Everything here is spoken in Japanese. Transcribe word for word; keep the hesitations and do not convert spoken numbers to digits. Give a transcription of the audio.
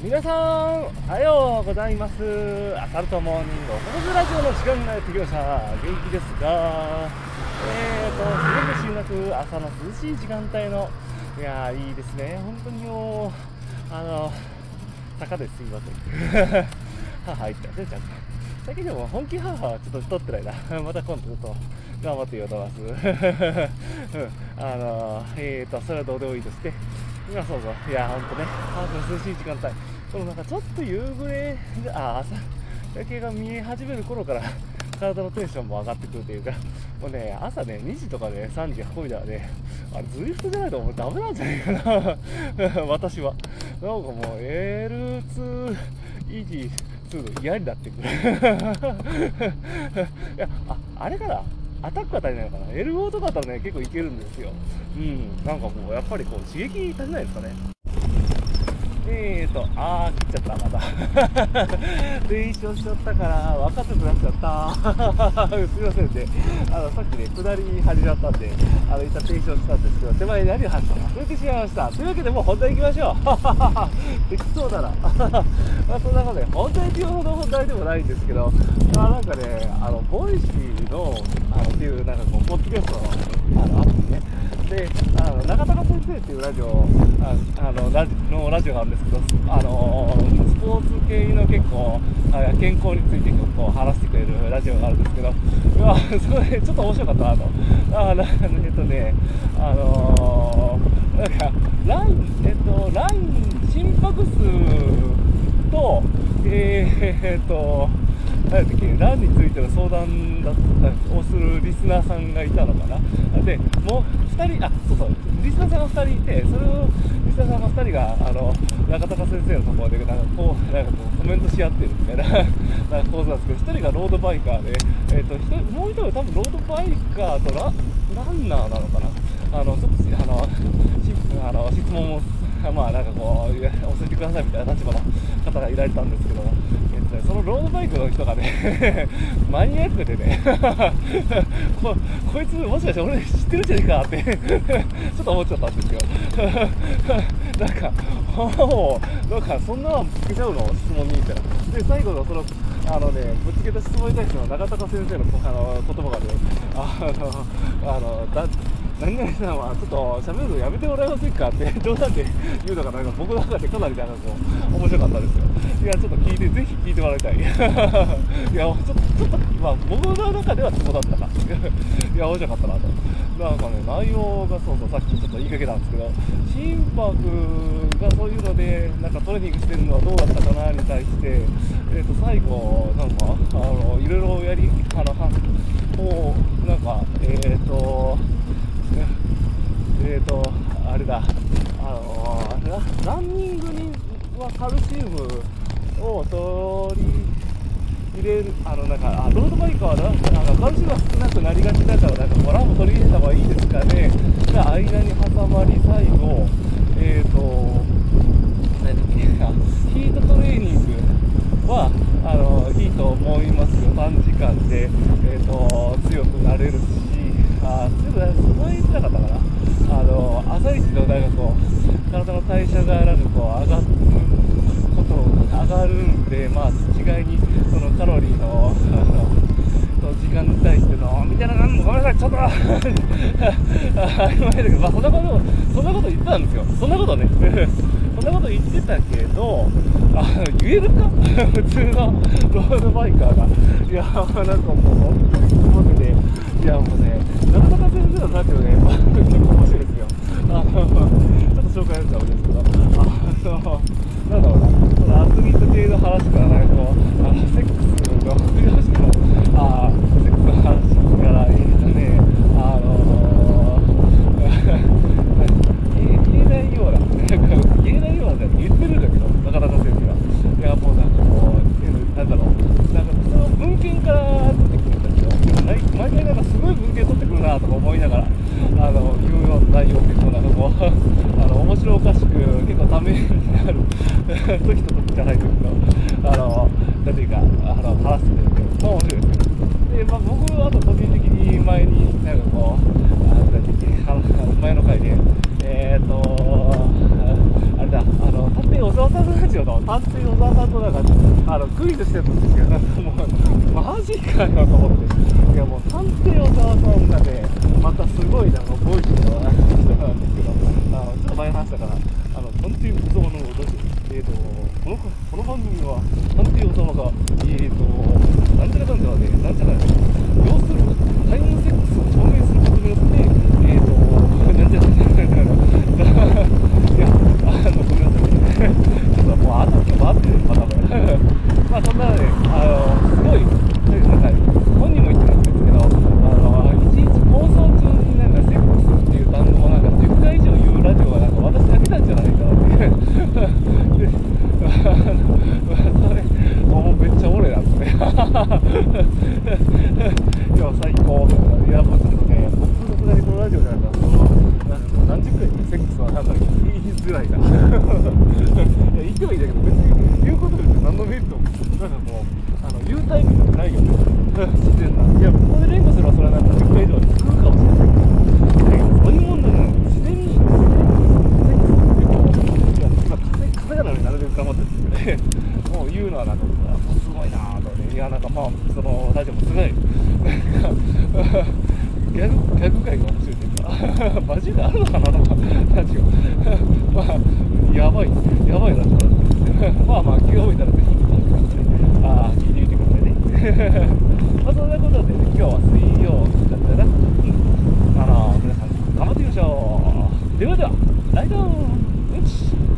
皆さん、おはようございます。アサルトモーニングホーズラジオの時間がやってきました。元気ですが、えーと、すごく週末、朝の涼しい時間帯の、いやー、いいですね。本当にもう、あの、坂ですいません。母言って忘れちゃった。最近でも本気母はちょっと太ってないな。また今度ちょっと頑張って言おうと思います。うん、あの、えーと、それはどうでもいいとして、いや、そうそう。いや、ほんとね、朝の涼しい時間帯。このなんかちょっと夕暮れが、あ、朝焼けが見え始める頃から体のテンションも上がってくるというか、もうね、朝ね、にじとかね、さんじ運びだらね、あれ、ズイフトじゃないともうダメなんじゃないかな。私は。なんかもう、エルツーイージーツー の嫌になってくる。いや、あ、あれかな。アタックは足りないのかな。エルオー とかだったらね、結構いけるんですよ。うん、なんかもう、やっぱりこう、刺激足りないですかね。えーと、あー、切っちゃった、また。練習しちゃったから、分かってくなっちゃった。すいませんね。あの、さっきね、下り始まったんで、あの、一旦停止をしたんですけど、手前に何を話したか忘れてしまいました。というわけで、もう本題行きましょう。できそうだな。まあ、そんなことで、本題っていうほど本題でもないんですけど、まあ、なんかね、あの、ボイシーの、あの、っていう、なんかこう、ポッドキャストの、あの、アプリね。で、あの中田先生っていうラジオ、ああのラジのラジオがあるんですけど、あのスポーツ系の結構、あ健康について結構話してくれるラジオがあるんですけど、うわそれちょっと面白かったなと。あなえっとね、あのー、なんかラン、えっと、ラン心拍数と、えー、っと、何だっけ、ランについての相談だったをするリスナーさんがいたのかな。で、もうふたり、あ、そうそう、リスナーさんがふたりいて、それをリスナーさんがふたりが、あの、中田先生のところで、なんかこう、なんかこうコメントし合ってるみたいな、なんか構図なんですけど、ひとりがロードバイカーで、えっと、もうひとりは多分ロードバイカーとラランナーなのかな。あの、ちょっと、あの、あの質問も、まあなんかこう、教えてくださいみたいな立場の方がいられたんですけど、えっとね、そのロードバイクの人がね、マニアックでねこ、こいつもしかして俺知ってるんじゃねえかってちょっと思っちゃったんですよ。なんか、おなんかそんなのぶつけちゃうの質問にみたいな。で、最後のその、あのね、ぶつけた質問に対しての中田先生の、あの言葉がね、あの、あのだ何々さんはちょっと喋るのやめてもらえませんかって冗談で言うのがなんか僕の中でかなりなんかこう面白かったですよ。いやちょっと聞いてぜひ聞いてもらいたい。いやちょっとちょっとまあ僕の中ではツボだったか。いや面白かったなと。なんかね内容がそうそうさっきちょっと言いかけたんですけど、心拍がそういうのでなんかトレーニングしてるのはどうだったかなに対して、えーと最後なんかあのいろいろやりあのもうなんかえっ、ー、とえーと、あれだ、あのー、ラ、ランニングにはカルシウムを取り入れる、あの、なんか、あロードバイクはなんか、なんかカルシウムが少なくなりがちだから、なんか、これはもう取り入れた方がいいですかね。で、間に挟まり、最後、えーと、何だっけ、ヒートトレーニングは、あの、いいと思いますよ。短時間で、えーと、強くなれるし、あ、でも、そこは言ってなかったかな。あの朝一のなんかこう体の代謝がなんかこう上がること上がるんで、まあ一概にそのカロリーのあの時間に対してのみたいなのごめんなさいちょっと曖昧だけど、まあそんなことそんなこと言ったんですよ。そんなことねそんなこと言ってたけど、あ言えるか普通のロードバイカーが。いやなんかもう本当にすごくて、いやもうね中田先生のラジオね結構面白いですよ。あのちょっと紹介しちゃうんですけど、あのなんだろうな、そのアスリート系の話からなんかこうあのセックスの話のあセックスの話からえーとねあの言えないような言えないようなって言ってるんだけど中田先生が、いやもうなんかこうなんだろう、なんかその文献から出てくるんだけど、でも毎回なんかすごい文献取ってくるなとか思いながらあの言うような内容結構なんかこうあの面白おかしく結構ためになる時と時じゃないんですけど、あのなんていうかあの話してるんですけど、まあ面白いですよ。で、まあ、僕はあと個人的に前になんかこうあのなんていうか前の回でえーとあれだあの立って小沢さんラジオの探偵小沢さんとなんかあのクイズしてたんですけど、なんかもうマジかよと思って、いやもう探偵小沢さんがねまたすごいなんかボイスの人なんですけど、あのちょっと前の話だからあの探偵小沢のえーとこのこの番組は探偵小沢がえーとなんちゃらかんちゃらでなんちゃらで要するタイムセックスを証明することによってえーとなんちゃらなんちゃらなんちゃらいやあのごめんなさいちょっともうあと今日回ってるまたまあそんなねあのすごいなんか本人も言ってるんですけど、あのいちいち放送中になんかセックスっていう単語をなんかじゅっかい以上言うラジオはなんか私だけなんじゃないかなってでそれもうめっちゃ俺なんですねいや最高とか、いやもうちょっとね僕のくだりのラジオでなんかそのなんかもう何十回もセックスはなんか言いづらいないや言ってもいいんだけど別に言うことによって何のメリットもなんかもうあの言うタイミングないよね自然な、いやここで連呼すればそれはなんかじゅっかい以上作るかもしれないけど、そういうもんだから自然にセックスっていうと、いや今カタカナになるべく頑張ってるんですけどねもう言うのはなんかすごいなぁとね、いやなんかまあそのラジオもすごいなんかギャグ、ギャグ界が面白いというかマジであるのかなとかラジオまあやばいやばいラジオなんですまあまあ気が向いたらぜひあ聞いてみてくださいねまあそんなことで、ね、今日は水曜日だったよな、うん、あの皆さん頑張ってみましょう。ではではライドン。